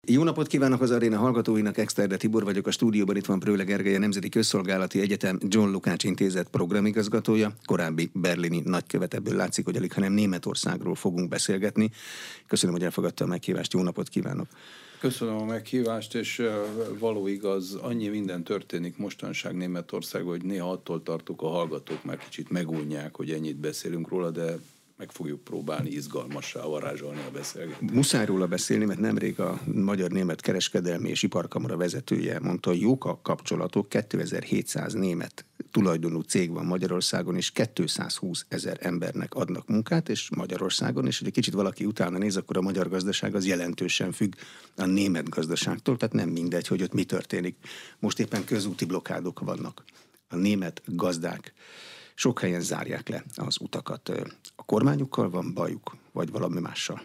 Jó napot kívánok az aréna hallgatóinak, Exterde Tibor vagyok, a stúdióban itt van Prőle Gergely, a Nemzeti Közszolgálati Egyetem John Lukács Intézet programigazgatója, korábbi berlini nagykövet, ebből látszik, hogy alig, hanem Németországról fogunk beszélgetni. Köszönöm, hogy elfogadta a meghívást, jó napot kívánok! Köszönöm a meghívást, és való igaz, annyi minden történik mostanság Németországban, hogy néha attól tartok, a hallgatók már kicsit megújják, hogy ennyit beszélünk róla, de meg fogjuk próbálni izgalmassá varázsolni a beszélgetést. Muszáj róla beszélni, mert nemrég a Magyar-Német Kereskedelmi és Iparkamara vezetője mondta, hogy jók a kapcsolatok, 2700 német tulajdonú cég van Magyarországon, és 220 000 embernek adnak munkát, és Magyarországon, és hogy egy kicsit valaki utána néz, akkor a magyar gazdaság az jelentősen függ a német gazdaságtól, tehát nem mindegy, hogy ott mi történik. Most éppen közúti blokkádok vannak. A német gazdák sok helyen zárják le az utakat. A kormányukkal van bajuk, vagy valami mással?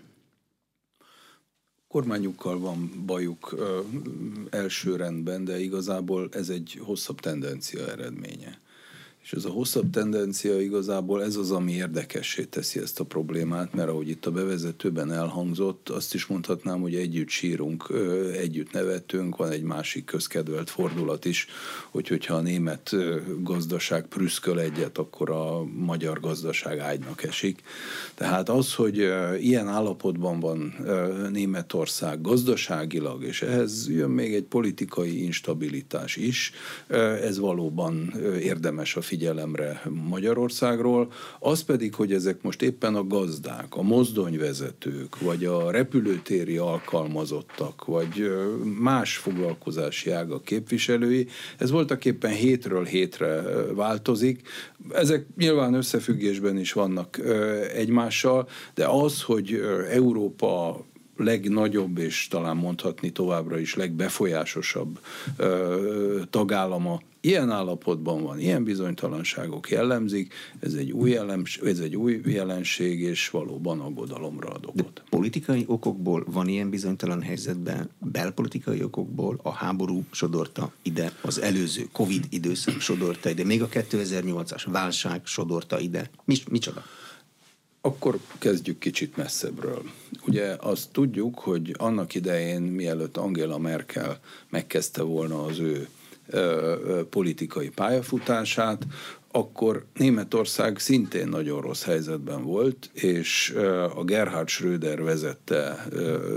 Kormányukkal van bajuk első rendben, de igazából ez egy hosszabb tendencia eredménye. És ez a hosszabb tendencia igazából ez az, ami érdekessé teszi ezt a problémát, mert ahogy itt a bevezetőben elhangzott, azt is mondhatnám, hogy együtt sírunk, együtt nevetünk, van egy másik közkedvelt fordulat is, hogyha a német gazdaság prüszköl egyet, akkor a magyar gazdaság ágynak esik. Tehát az, hogy ilyen állapotban van Németország gazdaságilag, és ehhez jön még egy politikai instabilitás is, ez valóban érdemes a figyelemre Magyarországról, az pedig, hogy ezek most éppen a gazdák, a mozdonyvezetők, vagy a repülőtéri alkalmazottak, vagy más foglalkozási ágak képviselői, ez voltaképpen hétről hétre változik. Ezek nyilván összefüggésben is vannak egymással, de az, hogy Európa legnagyobb, és talán mondhatni továbbra is legbefolyásosabb tagállama ilyen állapotban van, ilyen bizonytalanságok jellemzik, ez egy új jelenség, és valóban aggodalomra ad okot. De politikai okokból van ilyen bizonytalan helyzetben, belpolitikai okokból a háború sodorta ide, az előző Covid időszak sodorta ide, még a 2008-as válság sodorta ide. Micsoda? Akkor kezdjük kicsit messzebbről. Ugye azt tudjuk, hogy annak idején, mielőtt Angela Merkel megkezdte volna az ő politikai pályafutását, akkor Németország szintén nagyon rossz helyzetben volt, és a Gerhard Schröder vezette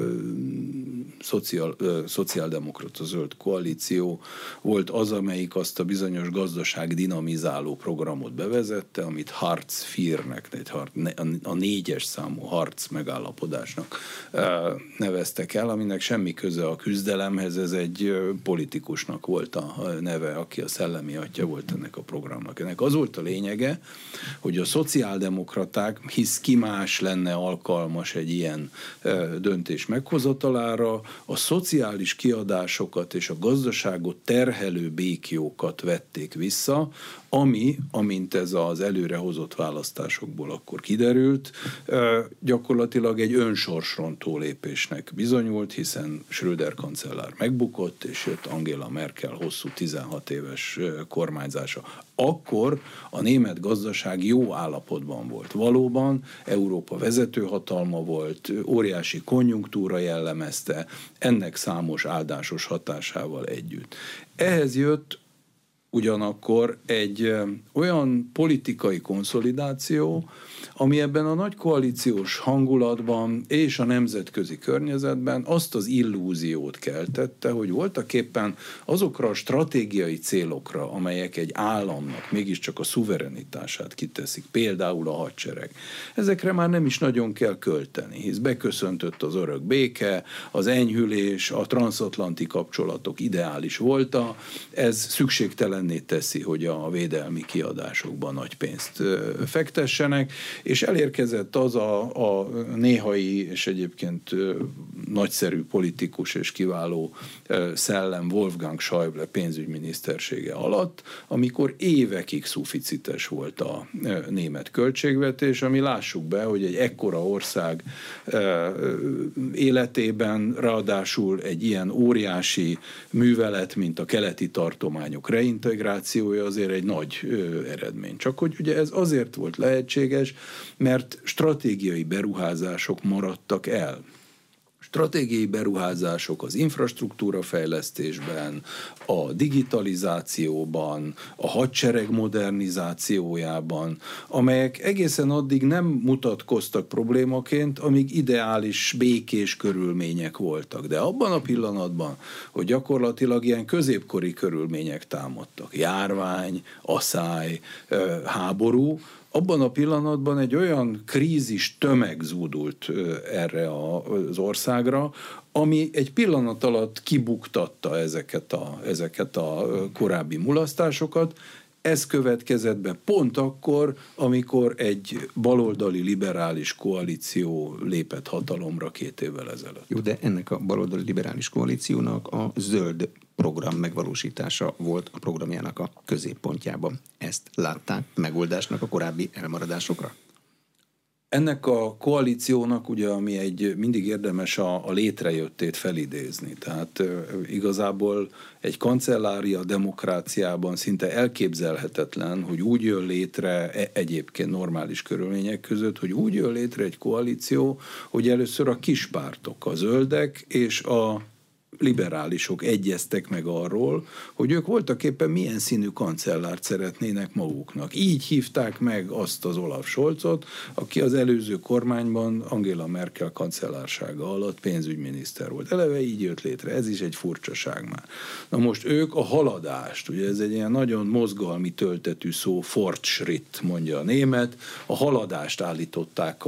szociáldemokrata zöld koalíció volt az, amelyik azt a bizonyos gazdaság dinamizáló programot bevezette, amit Hartz IV-nek, a 4-es számú Hartz megállapodásnak neveztek el, aminek semmi köze a küzdelemhez, ez egy politikusnak volt a neve, aki a szellemi atya volt ennek a programnak. Ennek az volt a lényege, hogy a szociáldemokraták, hisz ki más lenne alkalmas egy ilyen döntés meghozatalára, a szociális kiadásokat és a gazdaságot terhelő békjókat vették vissza, amint ez az előrehozott választásokból akkor kiderült, gyakorlatilag egy önsorsrontó lépésnek bizonyult, hiszen Schröder kancellár megbukott, és jött Angela Merkel hosszú 16 éves kormányzása. Akkor a német gazdaság jó állapotban volt. Valóban Európa vezetőhatalma volt, óriási konjunktúra jellemezte, ennek számos áldásos hatásával együtt. Ehhez jött ugyanakkor egy olyan politikai konszolidáció, ami ebben a nagy koalíciós hangulatban és a nemzetközi környezetben azt az illúziót keltette, hogy voltaképpen azokra a stratégiai célokra, amelyek egy államnak mégiscsak a szuverenitását kiteszik, például a hadsereg, ezekre már nem is nagyon kell költeni, hisz beköszöntött az örök béke, az enyhülés, a transzatlanti kapcsolatok ideális volta, ez szükségtelenné teszi, hogy a védelmi kiadásokban nagy pénzt fektessenek, és elérkezett az a néhai és egyébként nagyszerű politikus és kiváló szellem Wolfgang Schäuble pénzügyminisztersége alatt, amikor évekig szuficites volt a német költségvetés, ami lássuk be, hogy egy ekkora ország életében ráadásul egy ilyen óriási művelet, mint a keleti tartományok reintegrációja azért egy nagy eredmény. Csak hogy ugye ez azért volt lehetséges, mert stratégiai beruházások maradtak el. Stratégiai beruházások az infrastruktúra fejlesztésben, a digitalizációban, a hadsereg modernizációjában, amelyek egészen addig nem mutatkoztak problémaként, amíg ideális, békés körülmények voltak. De abban a pillanatban, hogy gyakorlatilag ilyen középkori körülmények támadtak, járvány, aszály, háború, abban a pillanatban egy olyan krízis tömeg zúdult erre az országra, ami egy pillanat alatt kibuktatta ezeket a korábbi mulasztásokat. Ez következett be pont akkor, amikor egy baloldali liberális koalíció lépett hatalomra 2 évvel ezelőtt. Jó, de ennek a baloldali liberális koalíciónak a zöld program megvalósítása volt a programjának a középpontjában. Ezt látták megoldásnak a korábbi elmaradásokra? Ennek a koalíciónak ugye, ami mindig érdemes a létrejöttét felidézni. Tehát igazából egy kancellária demokráciában szinte elképzelhetetlen, hogy úgy jön létre egyébként normális körülmények között, hogy úgy jön létre egy koalíció, hogy először a kispártok, a zöldek és a liberálisok egyeztek meg arról, hogy ők voltaképpen milyen színű kancellárt szeretnének maguknak. Így hívták meg azt az Olaf Scholzot, aki az előző kormányban Angela Merkel kancellársága alatt pénzügyminiszter volt. Eleve így jött létre, ez is egy furcsaság már. Na most ők a haladást, ugye ez egy ilyen nagyon mozgalmi töltetű szó, Fortschritt mondja a német, a haladást állították,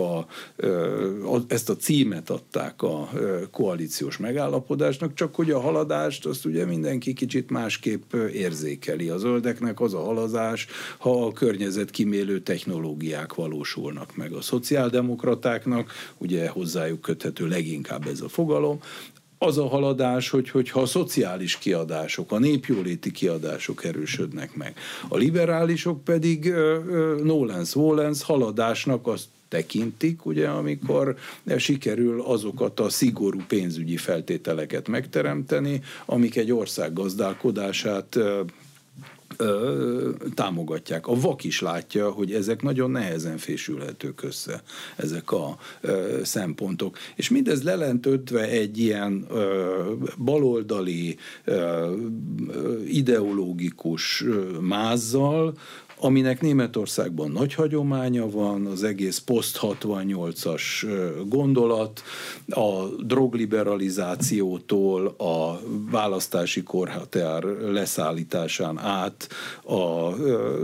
ezt a címet adták a koalíciós megállapodásnak, csak hogy a haladást azt ugye mindenki kicsit másképp érzékeli. A zöldeknek az a haladás, ha a környezetkímélő technológiák valósulnak meg. A szociáldemokratáknak, ugye hozzájuk köthető leginkább ez a fogalom, az a haladás, hogyha a szociális kiadások, a népjóléti kiadások erősödnek meg. A liberálisok pedig nolens-volens haladásnak azt tekintik, ugye, amikor sikerül azokat a szigorú pénzügyi feltételeket megteremteni, amik egy ország gazdálkodását támogatják. A vak is látja, hogy ezek nagyon nehezen fésülhetők össze, ezek a szempontok. És mindez lelentődve egy ilyen baloldali, ideológikus mázzal, aminek Németországban nagy hagyománya van, az egész poszt-68-as gondolat, a drogliberalizációtól a választási korhatár leszállításán át az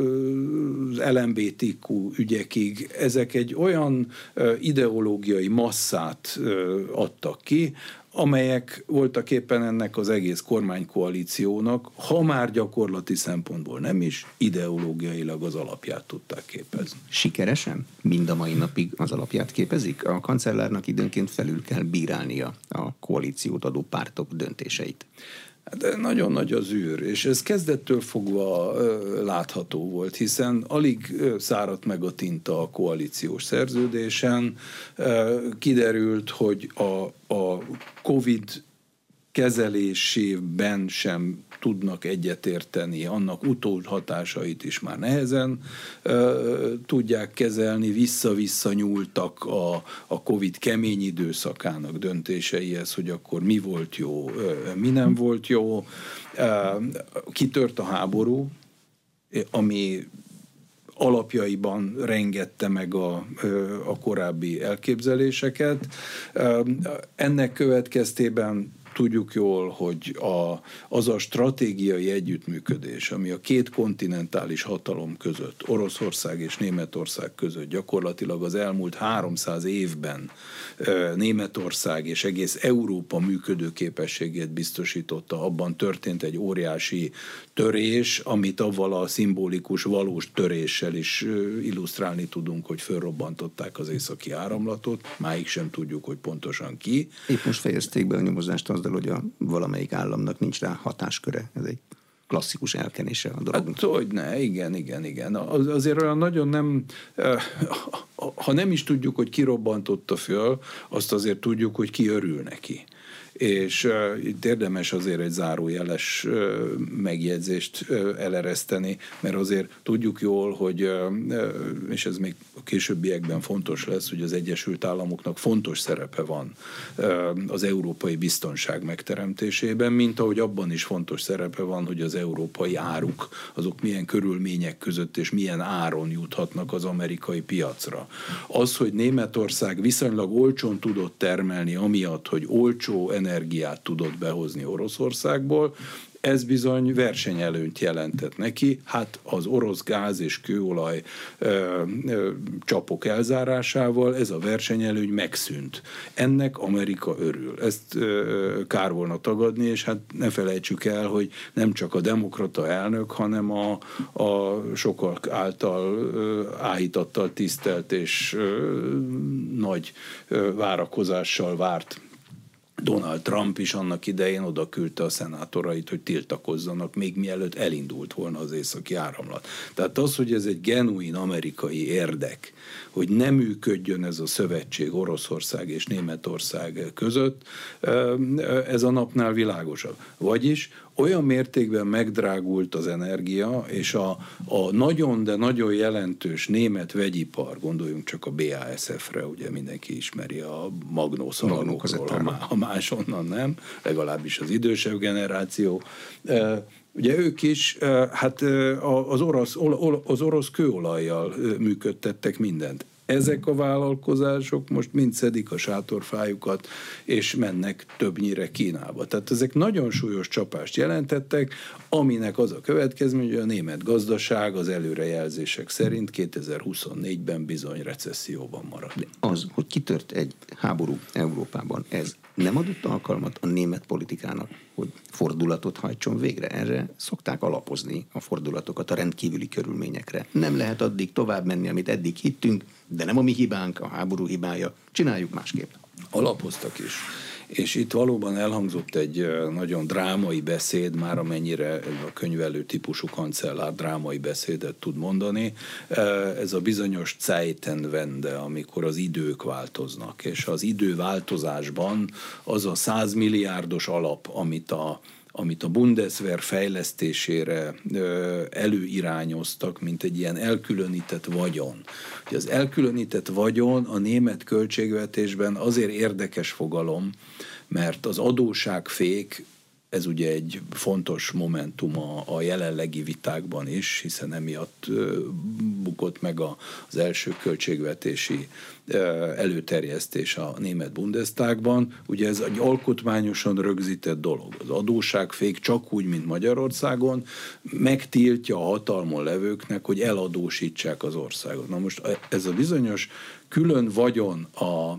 LMBTQ ügyekig, ezek egy olyan ideológiai masszát adtak ki, amelyek voltak éppen ennek az egész kormánykoalíciónak, ha már gyakorlati szempontból nem is, ideológiailag az alapját tudták képezni. Sikeresen? Mind a mai napig az alapját képezik? A kancellárnak időnként felül kell bírálnia a koalíciót adó pártok döntéseit. De nagyon nagy az űr, és ez kezdettől fogva látható volt, hiszen alig száradt meg a tinta a koalíciós szerződésen, kiderült, hogy a Covid kezelésében sem tudnak egyetérteni, annak utóhatásait is már nehezen tudják kezelni, vissza-vissza nyúltak a Covid kemény időszakának döntéseihez, hogy akkor mi volt jó, mi nem volt jó. Kitört a háború, ami alapjaiban rengette meg a korábbi elképzeléseket. Ennek következtében tudjuk jól, hogy az a stratégiai együttműködés, ami a két kontinentális hatalom között, Oroszország és Németország között gyakorlatilag az elmúlt 300 évben Németország és egész Európa működőképességét biztosította, abban történt egy óriási törés, amit avval a szimbolikus valós töréssel is illusztrálni tudunk, hogy fölrobbantották az északi áramlatot, máig sem tudjuk, hogy pontosan ki. Épp most fejezték be a nyomozást azzal, hogy valamelyik államnak nincs rá hatásköre. Ez egy klasszikus elkenése a dolognak. Hát, hogyne, igen. Azért olyan nagyon nem, ha nem is tudjuk, hogy ki robbantotta föl, azt azért tudjuk, hogy ki örül neki. És itt érdemes azért egy zárójeles megjegyzést elereszteni, mert azért tudjuk jól, hogy, és ez még a későbbiekben fontos lesz, hogy az Egyesült Államoknak fontos szerepe van az európai biztonság megteremtésében, mint ahogy abban is fontos szerepe van, hogy az európai áruk, azok milyen körülmények között és milyen áron juthatnak az amerikai piacra. Az, hogy Németország viszonylag olcsón tudott termelni, amiatt, hogy olcsó energiát tudott behozni Oroszországból, ez bizony versenyelőnyt jelentett neki, hát az orosz gáz és kőolaj csapok elzárásával ez a versenyelőny megszűnt. Ennek Amerika örül. Ezt kár volna tagadni, és hát ne felejtsük el, hogy nem csak a demokrata elnök, hanem a sokak által áhítattal tisztelt és nagy várakozással várt Donald Trump is annak idején oda küldte a szenátorait, hogy tiltakozzanak, még mielőtt elindult volna az északi áramlat. Tehát az, hogy ez egy genuin amerikai érdek, hogy nem működjön ez a szövetség Oroszország és Németország között, ez a napnál világosabb. Vagyis olyan mértékben megdrágult az energia, és a nagyon, de nagyon jelentős német vegyipar, gondoljunk csak a BASF-re, ugye mindenki ismeri a magnószalagokról, ha máshonnan nem, legalábbis az idősebb generáció. Ugye ők is hát az orosz kőolajjal működtettek mindent. Ezek a vállalkozások most mind szedik a sátorfájukat, és mennek többnyire Kínába. Tehát ezek nagyon súlyos csapást jelentettek, aminek az a következmény, hogy a német gazdaság az előrejelzések szerint 2024-ben bizony recesszióban marad. De az, hogy kitört egy háború Európában, ez nem adott alkalmat a német politikának, hogy fordulatot hajtson végre. Erre szokták alapozni a fordulatokat a rendkívüli körülményekre. Nem lehet addig tovább menni, amit eddig hittünk, de nem a mi hibánk, a háború hibája. Csináljuk másképp. Alapoztak is. És itt valóban elhangzott egy nagyon drámai beszéd, már amennyire a könyvelő típusú kancellár drámai beszédet tud mondani. Ez a bizonyos Zeitenwende, amikor az idők változnak, és az időváltozásban az a 100 milliárdos alap, amit a Bundeswehr fejlesztésére előirányoztak, mint egy ilyen elkülönített vagyon. Ugye az elkülönített vagyon a német költségvetésben azért érdekes fogalom, mert az adósságfék, ez ugye egy fontos momentum a jelenlegi vitákban is, hiszen emiatt bukott meg az első költségvetési előterjesztés a német Bundestagban. Ugye ez egy alkotmányosan rögzített dolog. Az adósságfék csak úgy, mint Magyarországon, megtiltja a hatalmon levőknek, hogy eladósítsák az országot. Na most ez a bizonyos külön vagyon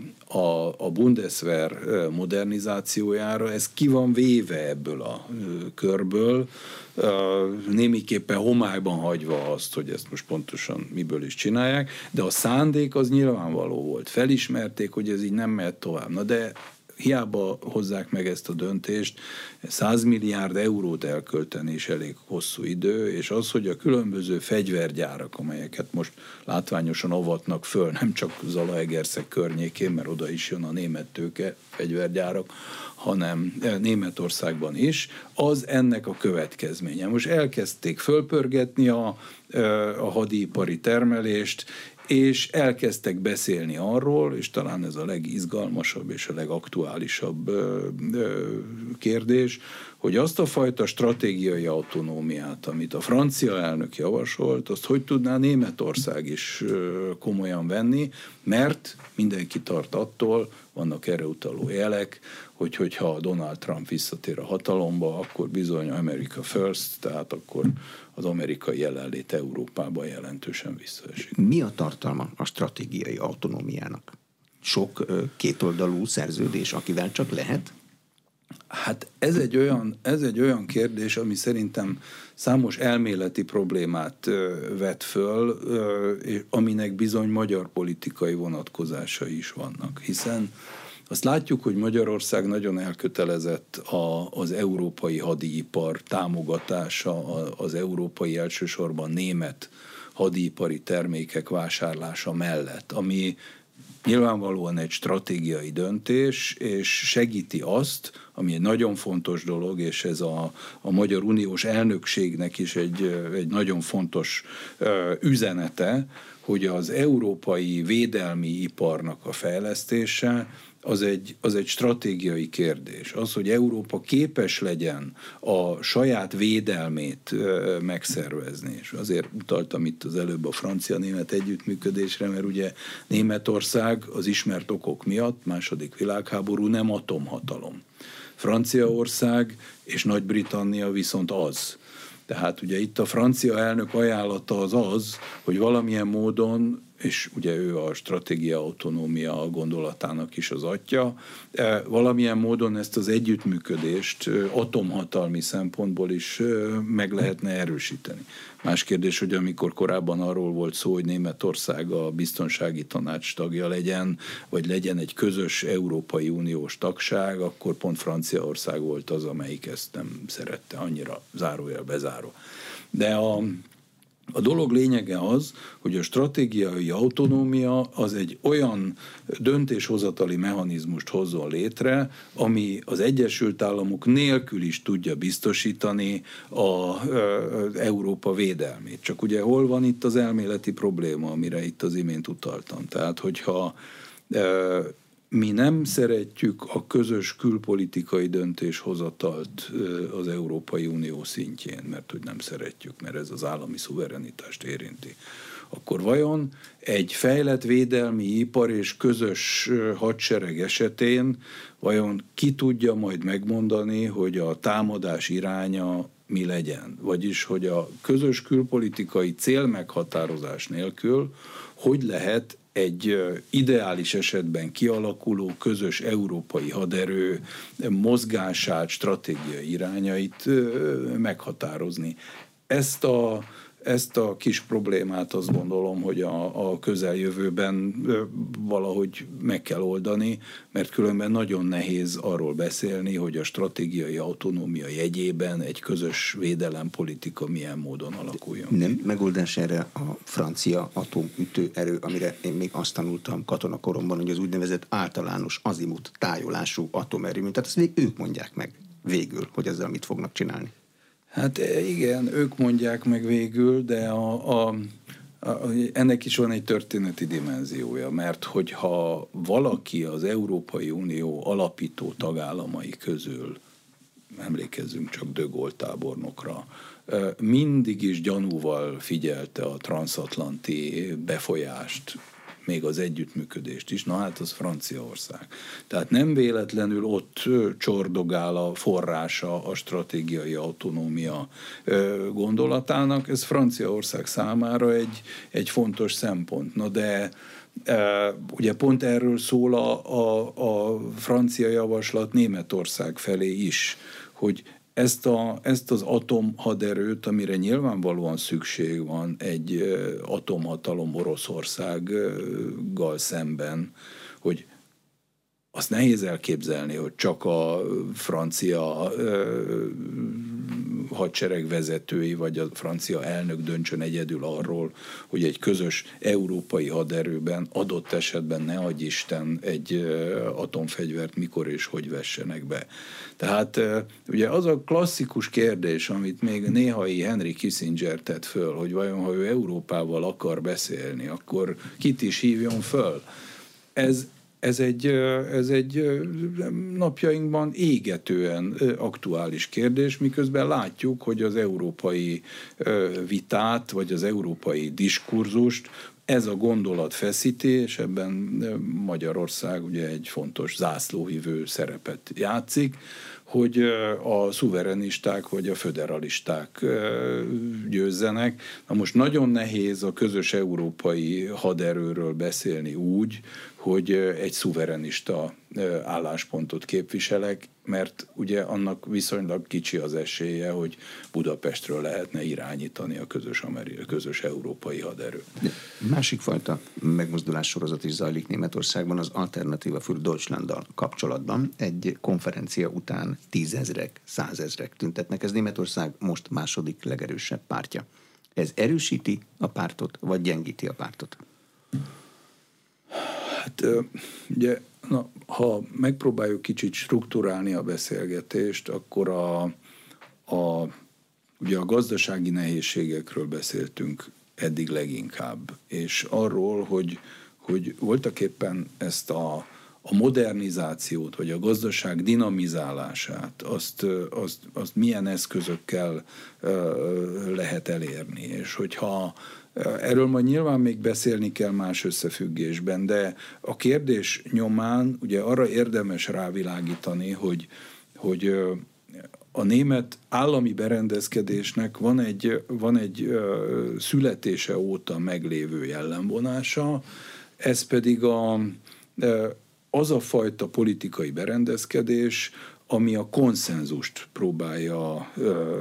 a Bundeswehr modernizációjára, ez ki van véve ebből a körből, némiképpen homályban hagyva azt, hogy ezt most pontosan miből is csinálják, de a szándék az nyilvánvaló volt. Felismerték, hogy ez így nem mehet tovább. Na de hiába hozzák meg ezt a döntést, 100 milliárd eurót elkölteni is elég hosszú idő, és az, hogy a különböző fegyvergyárak, amelyeket most látványosan avatnak föl, nem csak Zalaegerszeg környékén, mert oda is jön a német tőke fegyvergyárak, hanem Németországban is, az ennek a következménye. Most elkezdték fölpörgetni a hadipari termelést, és elkezdtek beszélni arról, és talán ez a legizgalmasabb és a legaktuálisabb kérdés, hogy azt a fajta stratégiai autonómiát, amit a francia elnök javasolt, azt hogy tudná Németország is komolyan venni, mert mindenki tart attól, vannak erre utaló jelek, hogyha Donald Trump visszatér a hatalomba, akkor bizony America First, tehát akkor az amerikai jelenlét Európában jelentősen visszaesik. Mi a tartalma a stratégiai autonómiának? Sok kétoldalú szerződés, akivel csak lehet? Hát ez egy olyan kérdés, ami szerintem számos elméleti problémát vet föl, aminek bizony magyar politikai vonatkozásai is vannak, hiszen azt látjuk, hogy Magyarország nagyon elkötelezett az európai hadipar támogatása, az európai, elsősorban német hadipari termékek vásárlása mellett, ami nyilvánvalóan egy stratégiai döntés, és segíti azt, ami egy nagyon fontos dolog, és ez a Magyar Uniós elnökségnek is egy nagyon fontos üzenete, hogy az európai védelmi iparnak a fejlesztése az egy stratégiai kérdés. Az, hogy Európa képes legyen a saját védelmét megszervezni. És azért utaltam itt az előbb a francia-német együttműködésre, mert ugye Németország az ismert okok miatt, második világháború, nem atomhatalom. Franciaország és Nagy-Britannia viszont az. Tehát ugye itt a francia elnök ajánlata az, hogy valamilyen módon, és ugye ő a stratégia autonómia gondolatának is az atya, valamilyen módon ezt az együttműködést atomhatalmi szempontból is meg lehetne erősíteni. Más kérdés, hogy amikor korábban arról volt szó, hogy Németország a biztonsági tanács tagja legyen, vagy legyen egy közös Európai Uniós tagság, akkor pont Franciaország volt az, amelyik ezt nem szerette, annyira zárójel bezáró. De a dolog lényege az, hogy a stratégiai autonómia az egy olyan döntéshozatali mechanizmust hozzon létre, ami az Egyesült Államok nélkül is tudja biztosítani az Európa védelmét. Csak ugye hol van itt az elméleti probléma, amire itt az imént utaltam. Tehát, hogyha mi nem szeretjük a közös külpolitikai döntéshozatalt az Európai Unió szintjén, mert hogy nem szeretjük, mert ez az állami szuverenitást érinti. Akkor vajon egy fejlett védelmi ipar és közös hadsereg esetén vajon ki tudja majd megmondani, hogy a támadás iránya mi legyen? Vagyis, hogy a közös külpolitikai célmeghatározás nélkül hogy lehet egy ideális esetben kialakuló közös európai haderő mozgását, stratégiai irányait meghatározni. Ezt a kis problémát azt gondolom, hogy a közeljövőben valahogy meg kell oldani, mert különben nagyon nehéz arról beszélni, hogy a stratégiai autonómia jegyében egy közös védelempolitika milyen módon alakuljon. Nem megoldás erre a francia atomütőerő, amire én még azt tanultam katonakoromban, hogy az úgynevezett általános azimut tájolású atomerőmű. Tehát azt ők mondják meg végül, hogy ezzel mit fognak csinálni. Hát igen, ők mondják meg végül, de ennek is van egy történeti dimenziója, mert hogyha valaki az Európai Unió alapító tagállamai közül, emlékezzünk csak de Gaulle tábornokra, mindig is gyanúval figyelte a transatlanti befolyást, még az együttműködést is, na hát az Franciaország. Tehát nem véletlenül ott csordogál a forrása a stratégiai autonómia gondolatának, ez Franciaország számára egy fontos szempont. Na de ugye pont erről szól a francia javaslat Németország felé is, hogy ezt az atomhaderőt, amire nyilvánvalóan szükség van egy atomhatalom Oroszországgal szemben, hogy azt nehéz elképzelni, hogy csak a francia hadsereg vezetői, vagy a francia elnök döntsön egyedül arról, hogy egy közös európai haderőben adott esetben ne adj Isten egy atomfegyvert mikor és hogy vessenek be. Tehát ugye az a klasszikus kérdés, amit még néhai Henry Kissinger tett föl, hogy vajon ha ő Európával akar beszélni, akkor kit is hívjon föl. Ez egy napjainkban égetően aktuális kérdés, miközben látjuk, hogy az európai vitát, vagy az európai diskurzust ez a gondolat feszíti, és ebben Magyarország ugye egy fontos zászlóhívő szerepet játszik, hogy a szuverenisták vagy a föderalisták győzzenek. Na most nagyon nehéz a közös európai haderőről beszélni úgy, hogy egy szuverenista álláspontot képviselek, mert ugye annak viszonylag kicsi az esélye, hogy Budapestről lehetne irányítani a közös európai haderőt. Másik fajta megmozdulás sorozat is zajlik Németországban az Alternative für Deutschlanddal kapcsolatban. Egy konferencia után 10 000-ek, 100 000-ek tüntetnek. Ez Németország most második legerősebb pártja. Ez erősíti a pártot, vagy gyengíti a pártot? Hát ugye, ha megpróbáljuk kicsit strukturálni a beszélgetést, akkor ugye a gazdasági nehézségekről beszéltünk eddig leginkább, és arról, hogy voltaképpen ezt a modernizációt, vagy a gazdaság dinamizálását, azt milyen eszközökkel lehet elérni. És hogyha erről majd nyilván még beszélni kell más összefüggésben, de a kérdés nyomán ugye arra érdemes rávilágítani, hogy a német állami berendezkedésnek van egy születése óta meglévő jellemvonása, ez pedig az a fajta politikai berendezkedés, ami a konszenzust próbálja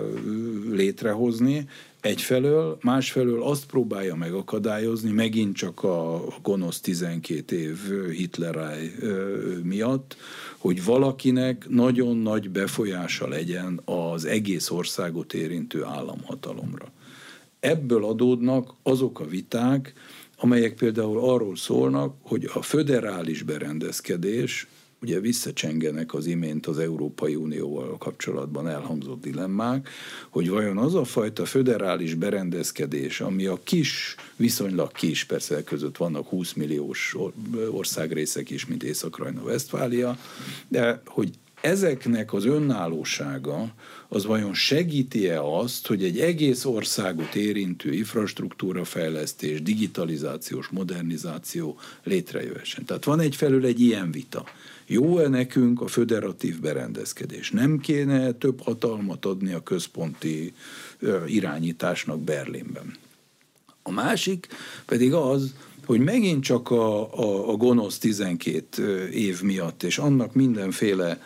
létrehozni egyfelől, másfelől azt próbálja megakadályozni, megint csak a gonosz 12 év Hitleráj miatt, hogy valakinek nagyon nagy befolyása legyen az egész országot érintő államhatalomra. Ebből adódnak azok a viták, amelyek például arról szólnak, hogy a föderális berendezkedés, ugye visszacsengenek az imént az Európai Unióval kapcsolatban elhangzott dilemmák, hogy vajon az a fajta föderális berendezkedés, ami a kis, viszonylag kis, persze között vannak 20 milliós országrészek is, mint Észak-Rajna-Vesztfália, de hogy ezeknek az önállósága az vajon segíti-e azt, hogy egy egész országot érintő infrastruktúrafejlesztés, digitalizációs modernizáció létrejöhessen. Tehát van egyfelől egy ilyen vita. Jó-e nekünk a föderatív berendezkedés? Nem kéne több hatalmat adni a központi irányításnak Berlinben? A másik pedig az, hogy megint csak a gonosz 12 év miatt, és annak mindenféle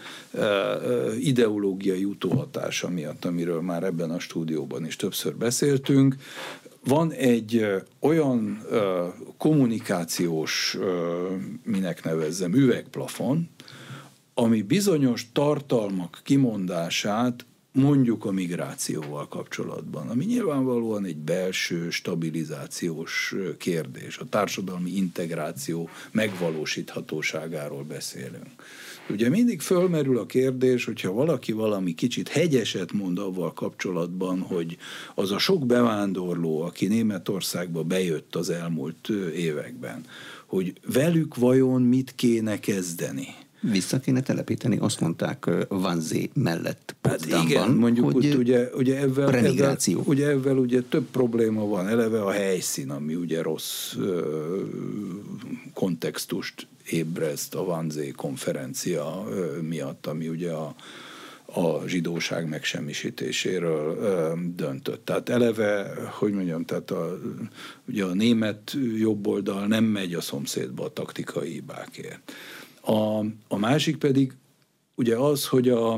ideológiai utóhatása miatt, amiről már ebben a stúdióban is többször beszéltünk, van egy olyan kommunikációs, minek nevezzem, üvegplafon, ami bizonyos tartalmak kimondását mondjuk a migrációval kapcsolatban, ami nyilvánvalóan egy belső stabilizációs kérdés. A társadalmi integráció megvalósíthatóságáról beszélünk. Ugye mindig fölmerül a kérdés, hogyha valaki valami kicsit hegyeset mond avval kapcsolatban, hogy az a sok bevándorló, aki Németországba bejött az elmúlt években, hogy velük vajon mit kéne kezdeni? Vissza kéne telepíteni, azt mondták Wannsee mellett Potsdamban. Hát igen, mondjuk ugye ebben ugye több probléma van. Eleve a helyszín, ami ugye rossz kontextust ébreszt a Wannsee konferencia miatt, ami ugye a zsidóság megsemmisítéséről döntött. Tehát eleve, hogy mondjam, tehát ugye a német jobboldal nem megy a szomszédba a taktikai hibákért. A másik pedig ugye az, hogy a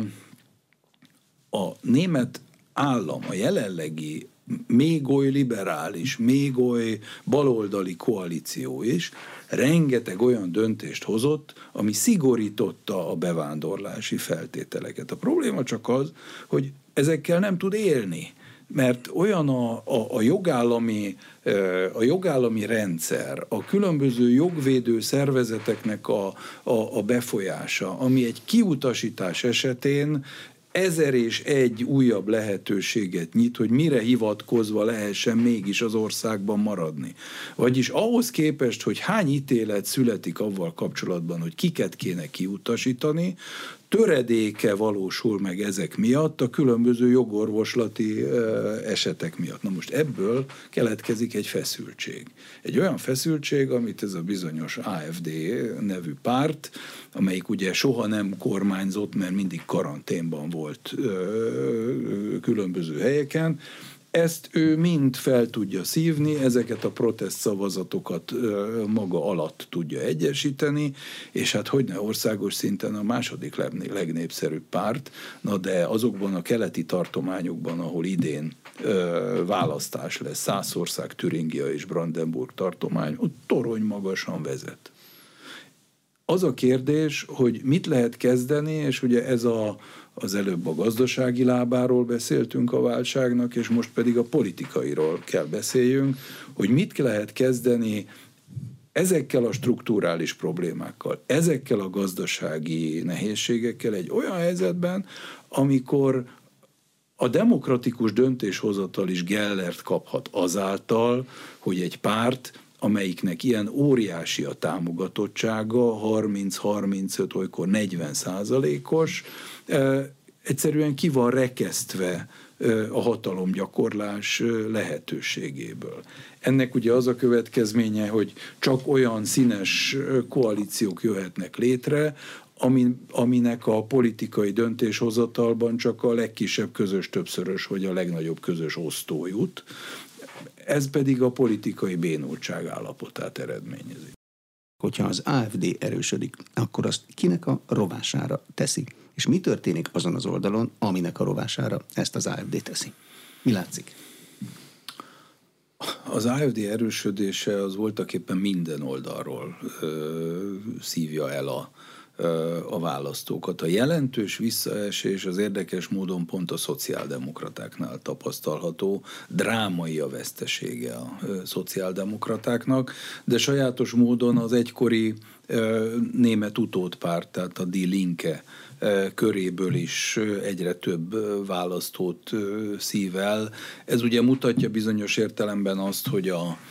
német állam, a jelenlegi még oly liberális, még oly baloldali koalíció is rengeteg olyan döntést hozott, ami szigorította a bevándorlási feltételeket. A probléma csak az, hogy ezekkel nem tud élni, mert olyan a jogállami rendszer, a különböző jogvédő szervezeteknek a befolyása, ami egy kiutasítás esetén 1001 újabb lehetőséget nyit, hogy mire hivatkozva lehessen mégis az országban maradni. Vagyis ahhoz képest, hogy hány ítélet születik avval kapcsolatban, hogy kiket kéne kiutasítani, töredéke valósul meg ezek miatt, a különböző jogorvoslati esetek miatt. Na most ebből keletkezik egy feszültség. Egy olyan feszültség, amit ez a bizonyos AfD nevű párt, amelyik ugye soha nem kormányzott, mert mindig karanténban volt különböző helyeken, ezt ő mind fel tudja szívni, ezeket a protest szavazatokat maga alatt tudja egyesíteni, és hát hogyne országos szinten a második legnépszerűbb párt, na de azokban a keleti tartományokban, ahol idén választás lesz, Szászország, Türingia és Brandenburg tartomány, ott torony magasan vezet. Az a kérdés, hogy mit lehet kezdeni, és ugye ez az előbb a gazdasági lábáról beszéltünk a válságnak, és most pedig a politikairól kell beszéljünk, hogy mit lehet kezdeni ezekkel a strukturális problémákkal, ezekkel a gazdasági nehézségekkel egy olyan helyzetben, amikor a demokratikus döntéshozatal is gellert kaphat azáltal, hogy egy párt, amelyiknek ilyen óriási a támogatottsága, 30-35, olykor 40%-os, egyszerűen ki van rekesztve a hatalomgyakorlás lehetőségéből. Ennek ugye az a következménye, hogy csak olyan színes koalíciók jöhetnek létre, aminek a politikai döntéshozatalban csak a legkisebb közös többszörös, vagy a legnagyobb közös osztó jut. Ez pedig a politikai bénultság állapotát eredményezi. Hogyha az AfD erősödik, akkor azt kinek a rovására teszi? És mi történik azon az oldalon, aminek a rovására ezt az AfD teszi? Mi látszik? Az AfD erősödése az voltaképpen minden oldalról szívja el a választókat. A jelentős visszaesés az érdekes módon pont a szociáldemokratáknál tapasztalható, drámai a vesztesége a szociáldemokratáknak, de sajátos módon az egykori német utódpárt, tehát a Die Linke köréből is egyre több választót szív el. Ez ugye mutatja bizonyos értelemben azt, hogy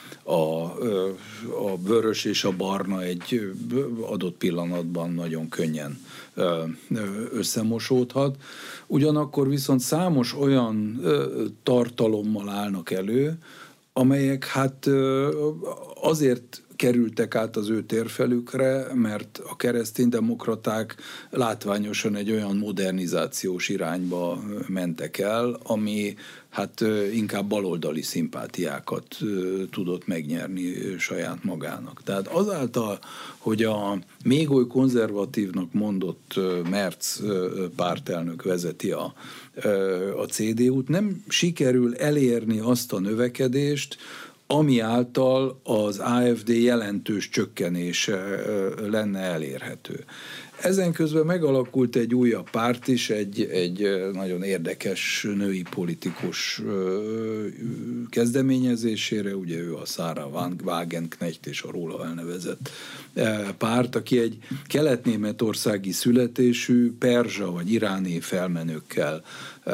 a vörös és a barna egy adott pillanatban nagyon könnyen összemosódhat. Ugyanakkor viszont számos olyan tartalommal állnak elő, amelyek hát azért kerültek át az ő térfelükre, mert a kereszténydemokraták látványosan egy olyan modernizációs irányba mentek el, ami hát inkább baloldali szimpátiákat tudott megnyerni saját magának. Tehát azáltal, hogy a még oly konzervatívnak mondott Merz pártelnök vezeti a CDU-t, nem sikerül elérni azt a növekedést, ami által az AfD jelentős csökkenése lenne elérhető. Ezen közben megalakult egy újabb párt is, egy nagyon érdekes női politikus kezdeményezésére, ugye ő a Sarah Wagenknecht és a róla elnevezett párt, aki egy kelet-németországi születésű, perzsa vagy iráni felmenőkkel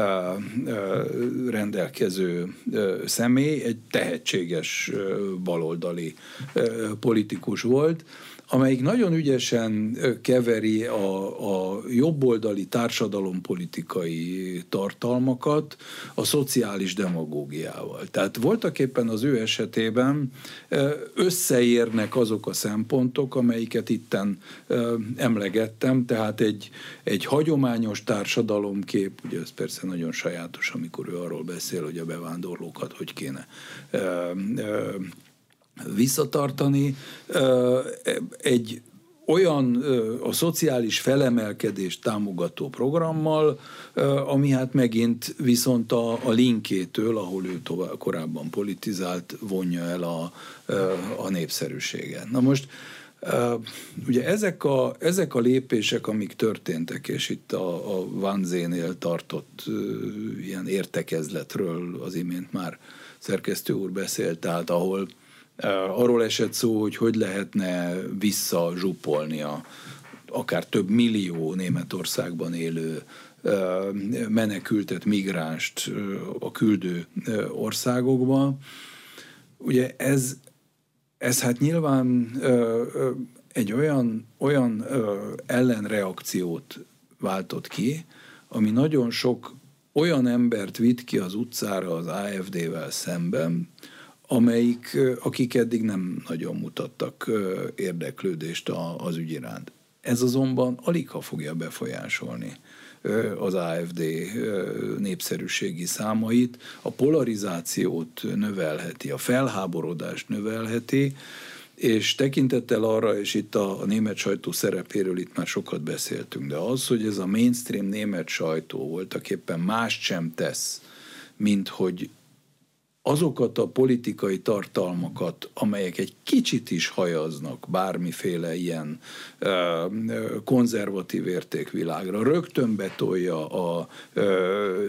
rendelkező személy, egy tehetséges baloldali politikus volt, amelyik nagyon ügyesen keveri a jobboldali társadalompolitikai tartalmakat a szociális demagógiával. Tehát voltaképpen az ő esetében összeérnek azok a szempontok, amelyiket itten emlegettem, tehát egy hagyományos társadalomkép, ugye ez persze nagyon sajátos, amikor ő arról beszél, hogy a bevándorlókat hogy kéne visszatartani, egy olyan a szociális felemelkedést támogató programmal, ami hát megint viszont a Linkétől, ahol ő korábban politizált, vonja el a népszerűséget. Na most ugye ezek a lépések, amik történtek, és itt a Wannsee-nél tartott ilyen értekezletről az imént már szerkesztő úr beszélt, tehát ahol arról esett szó, hogy lehetne visszazsupolni akár több millió Németországban élő menekültet, migránst a küldő országokba. Ugye ez hát nyilván egy olyan ellenreakciót váltott ki, ami nagyon sok olyan embert vitt ki az utcára az AfD-vel szemben, akik eddig nem nagyon mutattak érdeklődést az ügy iránt. Ez azonban aligha fogja befolyásolni az AfD népszerűségi számait, a polarizációt növelheti, a felháborodást növelheti, és tekintettel arra, és itt a német sajtó szerepéről itt már sokat beszéltünk, de az, hogy ez a mainstream német sajtó voltaképpen mást sem tesz, mint hogy azokat a politikai tartalmakat, amelyek egy kicsit is hajaznak bármiféle ilyen konzervatív értékvilágra, rögtön betolja a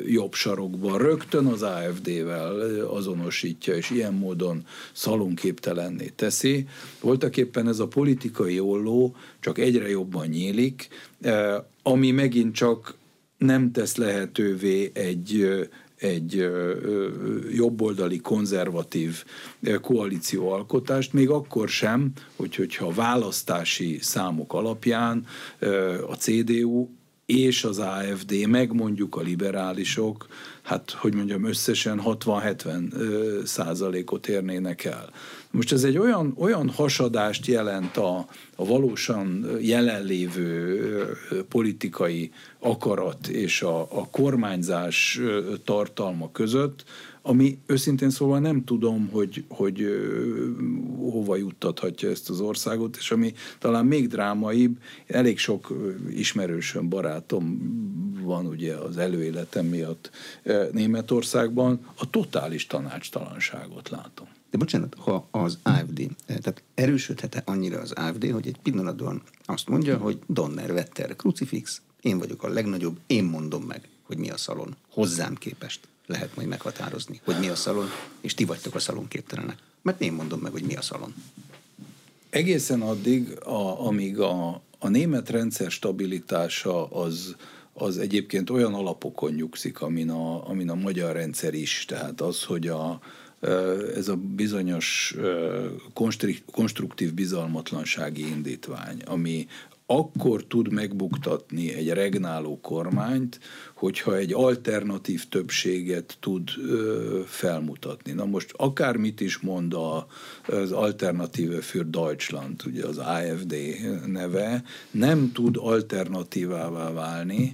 jobb sarokban, rögtön az AfD-vel azonosítja, és ilyen módon szalonképtelenné teszi. Voltaképpen ez a politikai olló csak egyre jobban nyílik, ami megint csak nem tesz lehetővé egy jobboldali konzervatív koalícióalkotást, még akkor sem, hogyha a választási számok alapján a CDU és az AfD, meg mondjuk a liberálisok, hát, hogy mondjam, összesen 60-70% érnének el. Most ez egy olyan hasadást jelent a valósan jelenlévő politikai akarat és a kormányzás tartalma között, ami őszintén szóval nem tudom, hogy hova juttathatja ezt az országot, és ami talán még drámaibb, elég sok ismerősöm, barátom van ugye az előéletem miatt Németországban, a totális tanácstalanságot látom. De bocsánat, ha az AfD, tehát erősödhet-e annyira az AfD, hogy egy pillanatban azt mondja, hogy Donner, Wetter, Crucifix, én vagyok a legnagyobb, én mondom meg, hogy mi a szalon. Hozzám képest lehet majd meghatározni, hogy mi a szalon, és ti vagytok a szalonképtelenek. Mert én mondom meg, hogy mi a szalon. Egészen addig, amíg a német rendszer stabilitása az egyébként olyan alapokon nyugszik, amin a magyar rendszer is, tehát az, hogy ez a bizonyos konstruktív bizalmatlansági indítvány, ami akkor tud megbuktatni egy regnáló kormányt, hogyha egy alternatív többséget tud felmutatni. Na most akármit is mond az Alternative für Deutschland, ugye az AfD neve, nem tud alternatívává válni,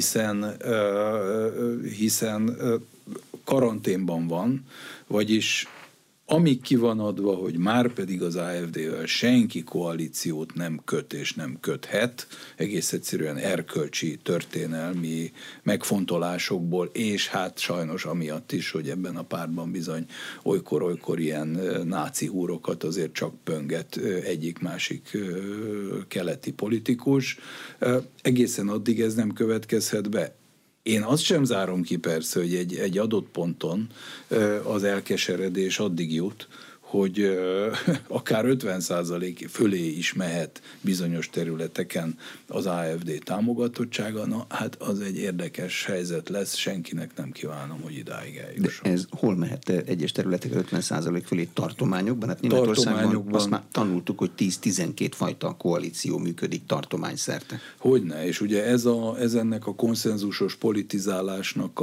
hiszen karanténban van, vagyis amíg ki van adva, hogy már pedig az AfD-vel senki koalíciót nem köt és nem köthet, egész egyszerűen erkölcsi, történelmi megfontolásokból, és hát sajnos amiatt is, hogy ebben a pártban bizony olykor ilyen náci húrokat azért csak pönget egyik-másik keleti politikus. Egészen addig ez nem következhet be. Én azt sem zárom ki persze, hogy egy adott ponton az elkeseredés addig jut, hogy akár 50% fölé is mehet bizonyos területeken az AfD támogatottsága. Na, hát az egy érdekes helyzet lesz, senkinek nem kívánom, hogy idáig eljusson. De ez hol mehet egyes területeken 50% fölé? Tartományokban? Hát Németországban azt már tanultuk, hogy 10-12 fajta koalíció működik tartományszerte. Hogyne, és ugye ez ennek a konszenzusos politizálásnak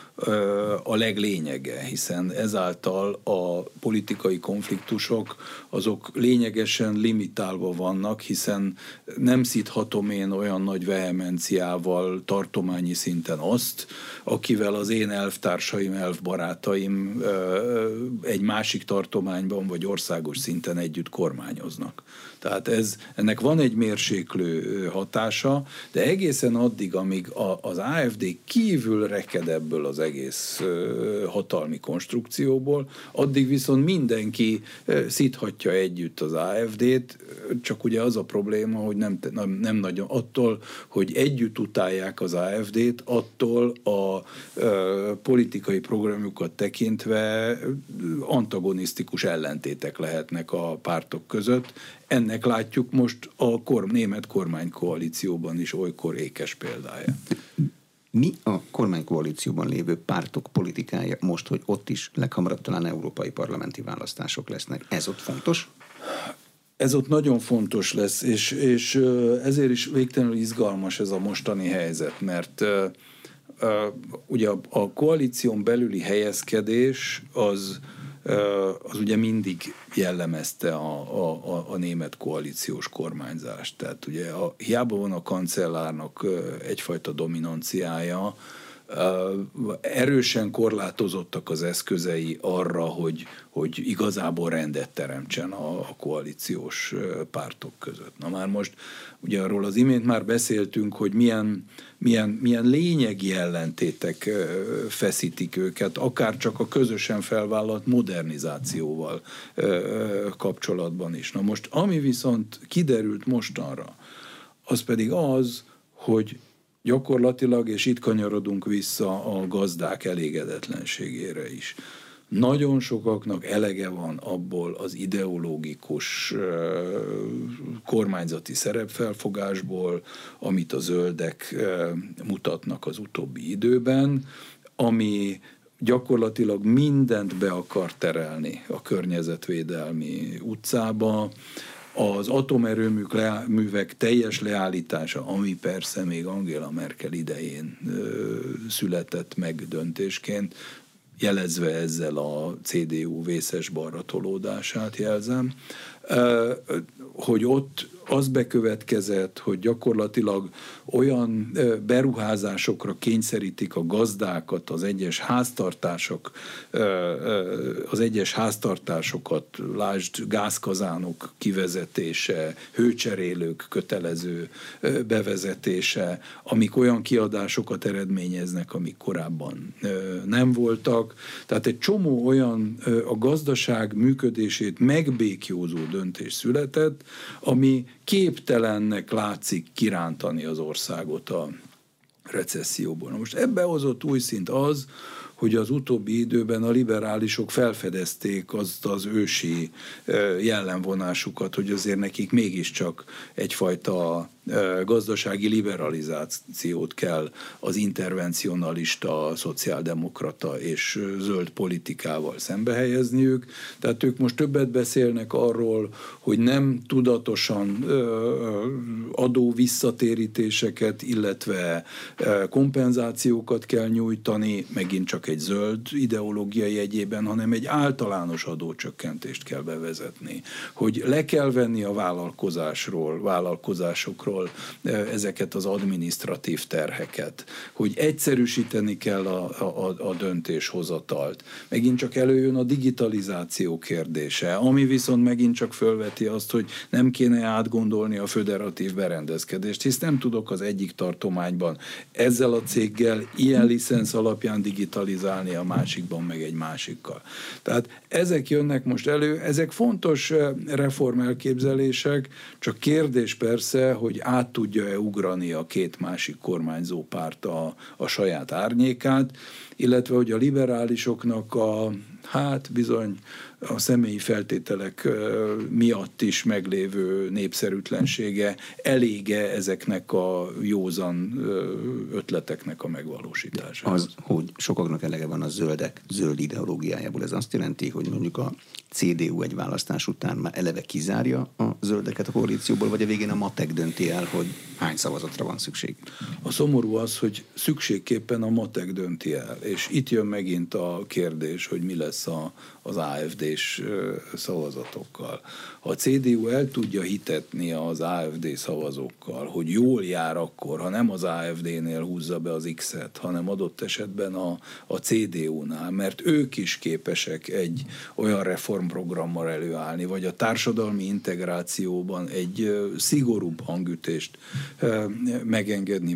a leglényege, hiszen ezáltal a politikai konfliktusok azok lényegesen limitálva vannak, hiszen nem szíthatom én olyan nagy vehemenciával tartományi szinten azt, akivel az én elvtársaim, elvbarátaim egy másik tartományban vagy országos szinten együtt kormányoznak. Tehát ennek van egy mérséklő hatása, de egészen addig, amíg az AfD kívül reked ebből az egész hatalmi konstrukcióból, addig viszont mindenki szíthatja együtt az AfD-t, csak ugye az a probléma, hogy nem nagyon attól, hogy együtt utálják az AfD-t, attól a politikai programjukat tekintve antagonisztikus ellentétek lehetnek a pártok között. Ennek látjuk most a német kormánykoalícióban is olykor ékes példája. Mi a kormánykoalícióban lévő pártok politikája most, hogy ott is leghamarabb talán európai parlamenti választások lesznek? Ez ott fontos? Ez ott nagyon fontos lesz, és ezért is végtelenül izgalmas ez a mostani helyzet, mert ugye a koalíción belüli helyezkedés az ugye mindig jellemezte a német koalíciós kormányzást. Tehát ugye hiába van a kancellárnak egyfajta dominanciája, erősen korlátozottak az eszközei arra, hogy igazából rendet teremtsen a koalíciós pártok között. Na már most ugye arról az imént már beszéltünk, hogy milyen lényegi ellentétek feszítik őket, akár csak a közösen felvállalt modernizációval kapcsolatban is. Na most, ami viszont kiderült mostanra, az pedig az, hogy gyakorlatilag, és itt kanyarodunk vissza a gazdák elégedetlenségére is. Nagyon sokaknak elege van abból az ideológikus kormányzati szerepfelfogásból, amit a zöldek mutatnak az utóbbi időben, ami gyakorlatilag mindent be akar terelni a környezetvédelmi utcába. Az atomerőművek teljes leállítása, ami persze még Angela Merkel idején született meg döntésként, jelezve ezzel a CDU vészes balra tolódását jelzem, hogy ott az bekövetkezett, hogy gyakorlatilag olyan beruházásokra kényszerítik a gazdákat, az egyes háztartásokat, lásd gázkazánok kivezetése, hőcserélők kötelező bevezetése, amik olyan kiadásokat eredményeznek, amik korábban nem voltak. Tehát egy csomó olyan a gazdaság működését megbékjózó döntés született, ami képtelennek látszik kirántani az országot a recesszióból. Most ebbe hozott új szint az, hogy az utóbbi időben a liberálisok felfedezték azt az ősi jellemvonásukat, hogy azért nekik mégiscsak egyfajta gazdasági liberalizációt kell az intervencionalista, szociáldemokrata és zöld politikával szembehelyezniük. Tehát ők most többet beszélnek arról, hogy nem tudatosan adó visszatérítéseket, illetve kompenzációkat kell nyújtani, megint csak egy zöld ideológia jegyében, hanem egy általános adócsökkentést kell bevezetni. Hogy le kell venni a vállalkozásokról ezeket az adminisztratív terheket, hogy egyszerűsíteni kell a döntéshozatalt. Megint csak előjön a digitalizáció kérdése, ami viszont megint csak fölveti azt, hogy nem kéne átgondolni a föderatív berendezkedést, hisz nem tudok az egyik tartományban ezzel a céggel ilyen licensz alapján digitalizálni, a másikban meg egy másikkal. Tehát ezek jönnek most elő, ezek fontos reformelképzelések, csak kérdés persze, hogy át tudja-e ugrani a két másik kormányzó párt a saját árnyékát, illetve hogy a liberálisoknak bizony a személyi feltételek miatt is meglévő népszerűtlensége elége ezeknek a józan ötleteknek a megvalósításához. Az, hogy sokaknak elege van a zöldek zöld ideológiájából, ez azt jelenti, hogy mondjuk a CDU egy választás után már eleve kizárja a zöldeket a koalícióból, vagy a végén a matek dönti el, hogy hány szavazatra van szükség? A szomorú az, hogy szükségképpen a matek dönti el, és itt jön megint a kérdés, hogy mi lesz az AfD-s szavazatokkal. Ha a CDU el tudja hitetni az AfD szavazókkal, hogy jól jár akkor, ha nem az AfD-nél húzza be az X-et, hanem adott esetben a CDU-nál, mert ők is képesek egy olyan reformprogrammal előállni, vagy a társadalmi integrációban egy szigorúbb hangütést megengedni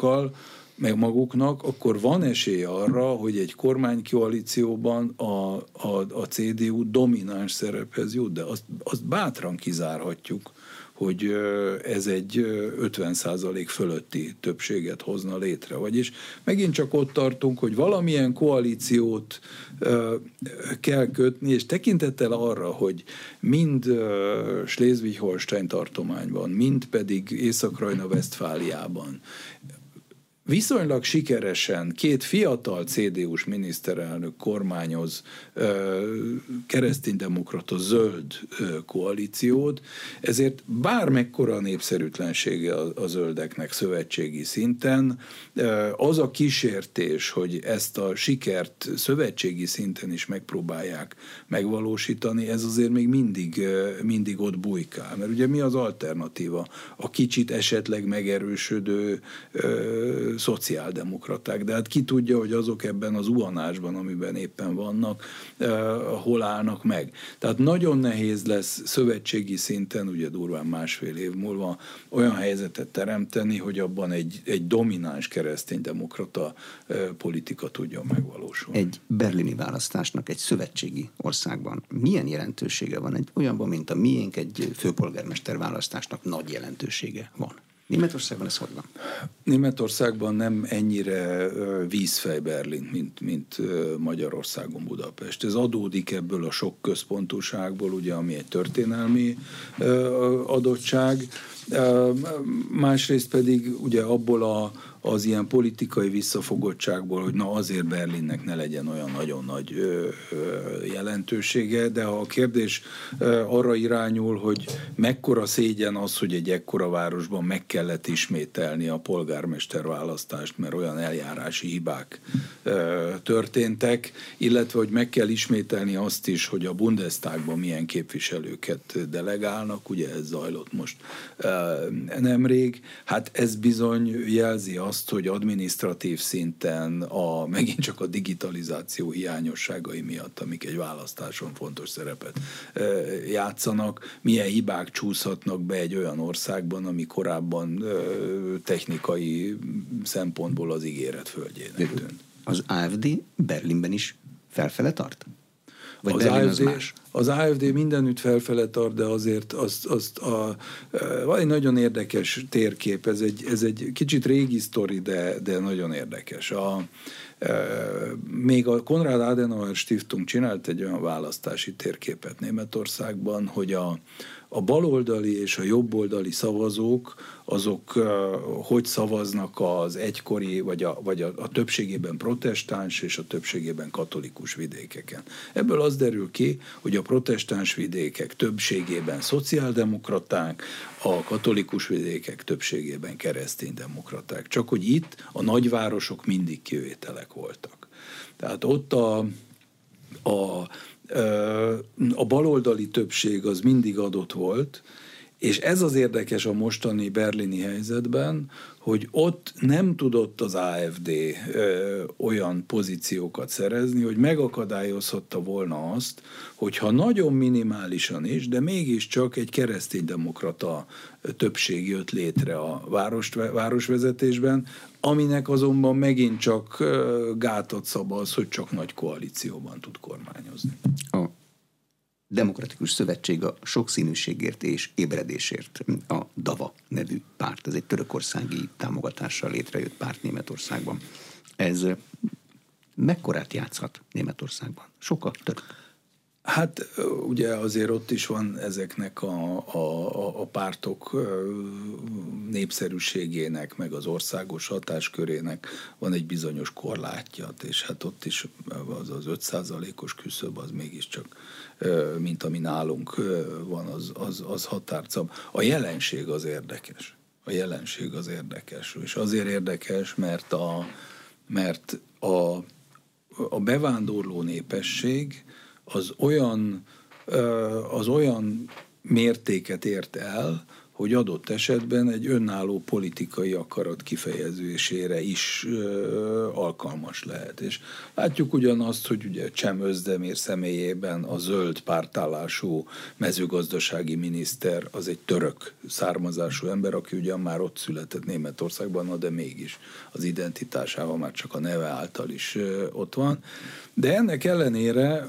maguknak, akkor van esély arra, hogy egy kormánykoalícióban a CDU domináns szerephez jut, de azt bátran kizárhatjuk, hogy ez egy 50% fölötti többséget hozna létre. Vagyis megint csak ott tartunk, hogy valamilyen koalíciót kell kötni, és tekintettel arra, hogy mind Schleswig-Holstein tartományban, mind pedig Észak-Rajna-Vesztfáliában viszonylag sikeresen két fiatal CDU-s miniszterelnök kormányoz kereszténydemokrata zöld koalíciót, ezért bármekkora a népszerűtlensége a zöldeknek szövetségi szinten, az a kísértés, hogy ezt a sikert szövetségi szinten is megpróbálják megvalósítani, ez azért még mindig ott bujkál. Mert ugye mi az alternatíva? A kicsit esetleg megerősödő szociáldemokraták, de hát ki tudja, hogy azok ebben az zuhanásban, amiben éppen vannak, hol állnak meg. Tehát nagyon nehéz lesz szövetségi szinten, ugye durván másfél év múlva olyan helyzetet teremteni, hogy abban egy domináns kereszténydemokrata politika tudjon megvalósulni. Egy berlini választásnak egy szövetségi országban milyen jelentősége van? Egy olyanban, mint a miénk, egy főpolgármester választásnak nagy jelentősége van. Németországban ez hogy van? Németországban nem ennyire vízfej Berlin, mint Magyarországon Budapest. Ez adódik ebből a sok központúságból, ugye, ami egy történelmi adottság. Másrészt pedig ugye abból az ilyen politikai visszafogottságból, hogy na azért Berlinnek ne legyen olyan nagyon nagy jelentősége, de ha a kérdés arra irányul, hogy mekkora szégyen az, hogy egy ekkora városban meg kellett ismételni a polgármester választást, mert olyan eljárási hibák történtek, illetve hogy meg kell ismételni azt is, hogy a Bundestagban milyen képviselőket delegálnak, ugye ez zajlott most nemrég, hát ez bizony jelzi azt, hogy adminisztratív szinten megint csak a digitalizáció hiányosságai miatt, amik egy választáson fontos szerepet játszanak, milyen hibák csúszhatnak be egy olyan országban, ami korábban technikai szempontból az ígéret földjének tűnt. Az AfD Berlinben is felfele tart? Vagy az Berlin AfD, az más? Az AfD mindenütt felfele tart, de azért van egy nagyon érdekes térkép, ez egy kicsit régi sztori, de nagyon érdekes. Még a Konrad Adenauer Stiftung csinált egy olyan választási térképet Németországban, hogy a baloldali és a jobboldali szavazók, azok hogy szavaznak az egykori, vagy a többségében protestáns és a többségében katolikus vidékeken. Ebből az derül ki, hogy a protestáns vidékek többségében szociáldemokraták, a katolikus vidékek többségében kereszténydemokraták. Csak hogy itt a nagyvárosok mindig kivételek voltak. Tehát ott a baloldali többség az mindig adott volt, és ez az érdekes a mostani berlini helyzetben, hogy ott nem tudott az AfD olyan pozíciókat szerezni, hogy megakadályozhatta volna azt, hogyha nagyon minimálisan is, de mégiscsak egy kereszténydemokrata többség jött létre a városvezetésben, aminek azonban megint csak gátat szab az, hogy csak nagy koalícióban tud kormányozni. A Demokratikus Szövetség a sokszínűségért és ébredésért, a DAVA nevű párt, ez egy törökországi támogatással létrejött párt Németországban. Ez mekkorát játszhat Németországban? Sok a török. Hát ugye azért ott is van ezeknek a pártok népszerűségének, meg az országos hatáskörének van egy bizonyos korlátja, és hát ott is az 5%-os küszöb az mégiscsak, mint ami nálunk van, az határcab. A jelenség az érdekes. És azért érdekes, mert a bevándorló népesség az olyan mértéket ért el, hogy adott esetben egy önálló politikai akarat kifejezésére is alkalmas lehet. És látjuk ugyanazt, hogy ugye Cem Özdemir személyében a zöld pártállású mezőgazdasági miniszter az egy török származású ember, aki ugyan már ott született Németországban, de mégis az identitásával már csak a neve által is ott van. De ennek ellenére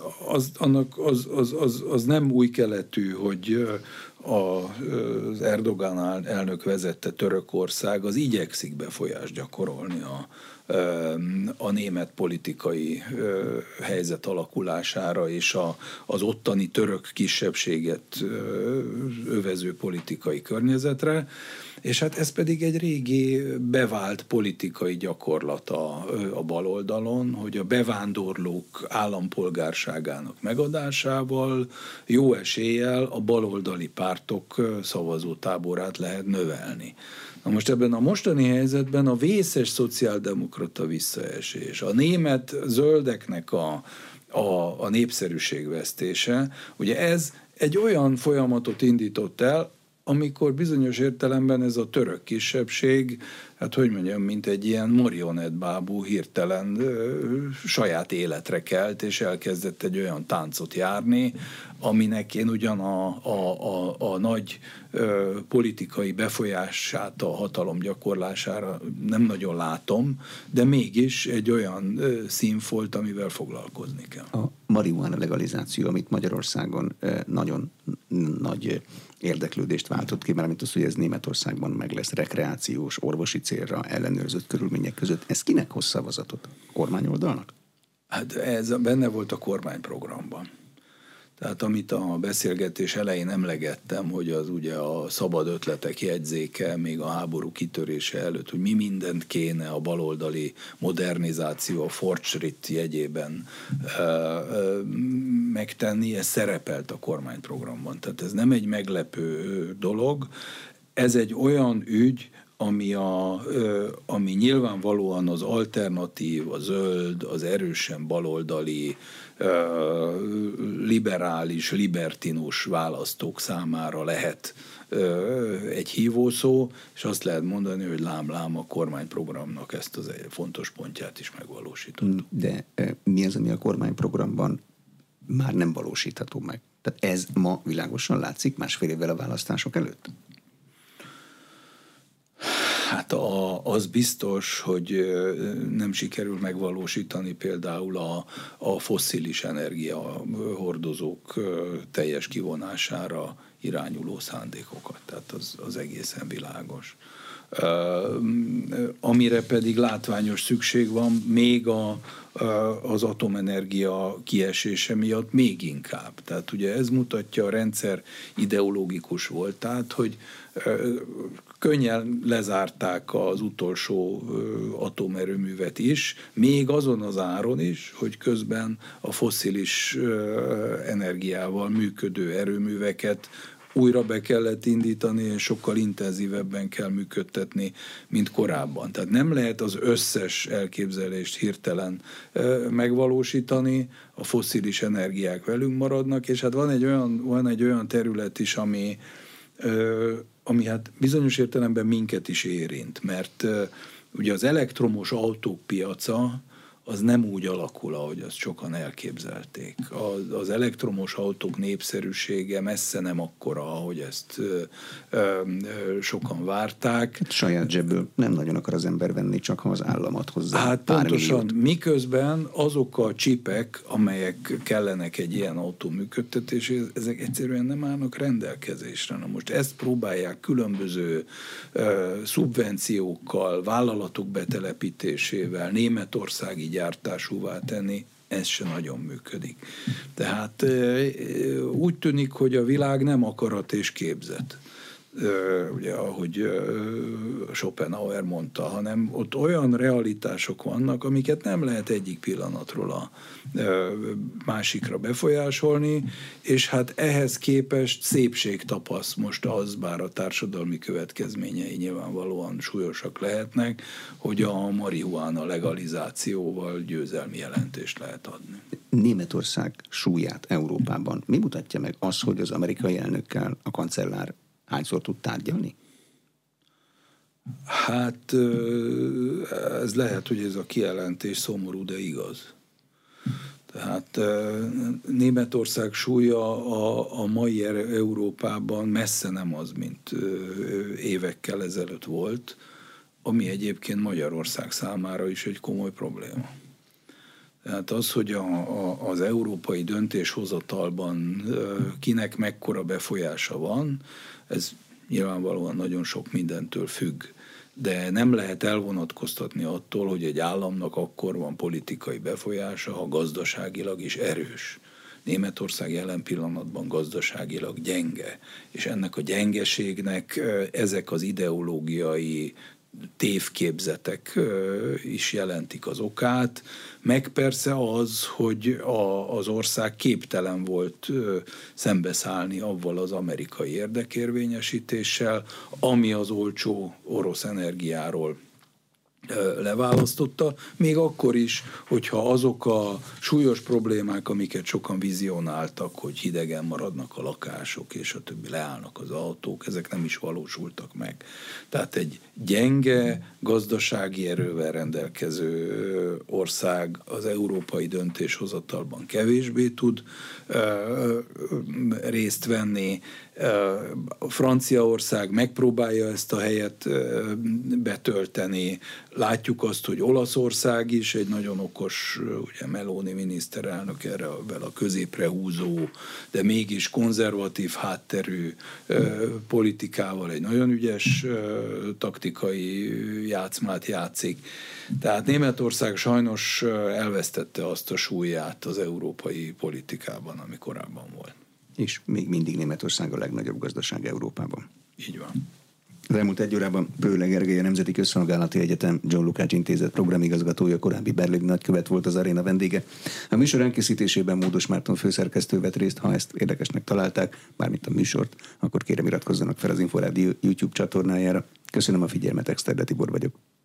az nem új keletű, hogy az Erdogan elnök vezette Törökország az igyekszik befolyást gyakorolni a német politikai helyzet alakulására és az ottani török kisebbséget övező politikai környezetre, és hát ez pedig egy régi bevált politikai gyakorlata a baloldalon, hogy a bevándorlók állampolgárságának megadásával jó eséllyel a baloldali pártok szavazótáborát lehet növelni. Na most ebben a mostani helyzetben a vészes szociáldemokrata visszaesés, a német zöldeknek a népszerűségvesztése, ugye ez egy olyan folyamatot indított el, amikor bizonyos értelemben ez a török kisebbség, hát hogy mondjam, mint egy ilyen marionettbábú hirtelen saját életre kelt, és elkezdett egy olyan táncot járni, aminek én ugyan a nagy politikai befolyását a hatalom gyakorlására nem nagyon látom, de mégis egy olyan színfolt, amivel foglalkozni kell. A marihuána legalizáció, amit Magyarországon nagyon nagy érdeklődést váltott ki, mert az, hogy ez Németországban meg lesz rekreációs, orvosi célra ellenőrzött körülmények között. Ez kinek hoz szavazatot? A kormányoldalnak? Hát ez benne volt a kormányprogramban. Tehát amit a beszélgetés elején emlegettem, hogy az ugye a szabad ötletek jegyzéke még a háború kitörése előtt, hogy mi mindent kéne a baloldali modernizáció, a Fortschritt jegyében megtenni, ez szerepelt a kormányprogramban. Tehát ez nem egy meglepő dolog, ez egy olyan ügy, ami nyilvánvalóan az alternatív, a zöld, az erősen baloldali, liberális, libertinus választók számára lehet egy hívószó, és azt lehet mondani, hogy lám a kormányprogramnak ezt az fontos pontját is megvalósítottuk. De mi az, ami a kormányprogramban már nem valósítható meg? Tehát ez ma világosan látszik másfél évvel a választások előtt? Hát az biztos, hogy nem sikerül megvalósítani például a fosszilis energiahordozók teljes kivonására irányuló szándékokat. Tehát az egészen világos. Amire pedig látványos szükség van, még az atomenergia kiesése miatt még inkább. Tehát ugye ez mutatja a rendszer ideológikus voltát, hogy könnyen lezárták az utolsó atomerőművet is, még azon az áron is, hogy közben a fosszilis energiával működő erőműveket újra be kellett indítani, és sokkal intenzívebben kell működtetni, mint korábban. Tehát nem lehet az összes elképzelést hirtelen megvalósítani, a fosszilis energiák velünk maradnak, és hát van egy olyan terület is, ami hát bizonyos értelemben minket is érint, mert ugye az elektromos autók piaca az nem úgy alakul, ahogy azt sokan elképzelték. Az elektromos autók népszerűsége messze nem akkora, ahogy ezt sokan várták. Saját zsebből nem nagyon akar az ember venni, csak ha az állam ad hozzá. Hát pontosan, miközben azok a csipek, amelyek kellenek egy ilyen autó működtetéséhez, ezek egyszerűen nem állnak rendelkezésre. Na most ezt próbálják különböző szubvenciókkal, vállalatok betelepítésével, németországi gyártásúvá tenni, ez se nagyon működik. Tehát úgy tűnik, hogy a világ nem akarat és képzet. Ugye, ahogy Schopenhauer mondta, hanem ott olyan realitások vannak, amiket nem lehet egyik pillanatról a másikra befolyásolni, és hát ehhez képest szépség tapasz most az, bár a társadalmi következményei nyilvánvalóan súlyosak lehetnek, hogy a marihuána legalizációval győzelmi jelentést lehet adni. Németország súlyát Európában mi mutatja meg? Az, hogy az amerikai elnökkel a kancellár hányszor tud tárgyalni? Hát ez lehet, hogy ez a kijelentés szomorú, de igaz. Tehát Németország súlya a mai Európában messze nem az, mint évekkel ezelőtt volt, ami egyébként Magyarország számára is egy komoly probléma. Tehát az, hogy az európai döntéshozatalban kinek mekkora befolyása van, ez nyilvánvalóan nagyon sok mindentől függ. De nem lehet elvonatkoztatni attól, hogy egy államnak akkor van politikai befolyása, ha gazdaságilag is erős. Németország jelen pillanatban gazdaságilag gyenge, és ennek a gyengeségnek ezek az ideológiai tévképzetek is jelentik az okát, meg persze az, hogy az ország képtelen volt szembeszállni avval az amerikai érdekérvényesítéssel, ami az olcsó orosz energiáról leválasztotta, még akkor is, hogyha azok a súlyos problémák, amiket sokan vizionáltak, hogy hidegen maradnak a lakások, és a többi, leállnak az autók, ezek nem is valósultak meg. Tehát egy gyenge, gazdasági erővel rendelkező ország az európai döntéshozatalban kevésbé tud részt venni, Franciaország megpróbálja ezt a helyet betölteni. Látjuk azt, hogy Olaszország is egy nagyon okos, ugye Meloni miniszterelnök erre a középre húzó, de mégis konzervatív hátterű politikával egy nagyon ügyes taktikai játszmát játszik. Tehát Németország sajnos elvesztette azt a súlyát az európai politikában, ami korábban volt. És még mindig Németország a legnagyobb gazdaság Európában. Így van. Az elmúlt egy órában Böhle Gergely, a Nemzeti Közszolgálati Egyetem John Lukács Intézet programigazgatója, korábbi berlini nagykövet volt az aréna vendége. A műsor elkészítésében Módos Márton főszerkesztő vett részt. Ha ezt érdekesnek találták, mármint a műsort, akkor kérem iratkozzanak fel az Inforádió YouTube csatornájára. Köszönöm a figyelmet, Exterde Tibor vagyok.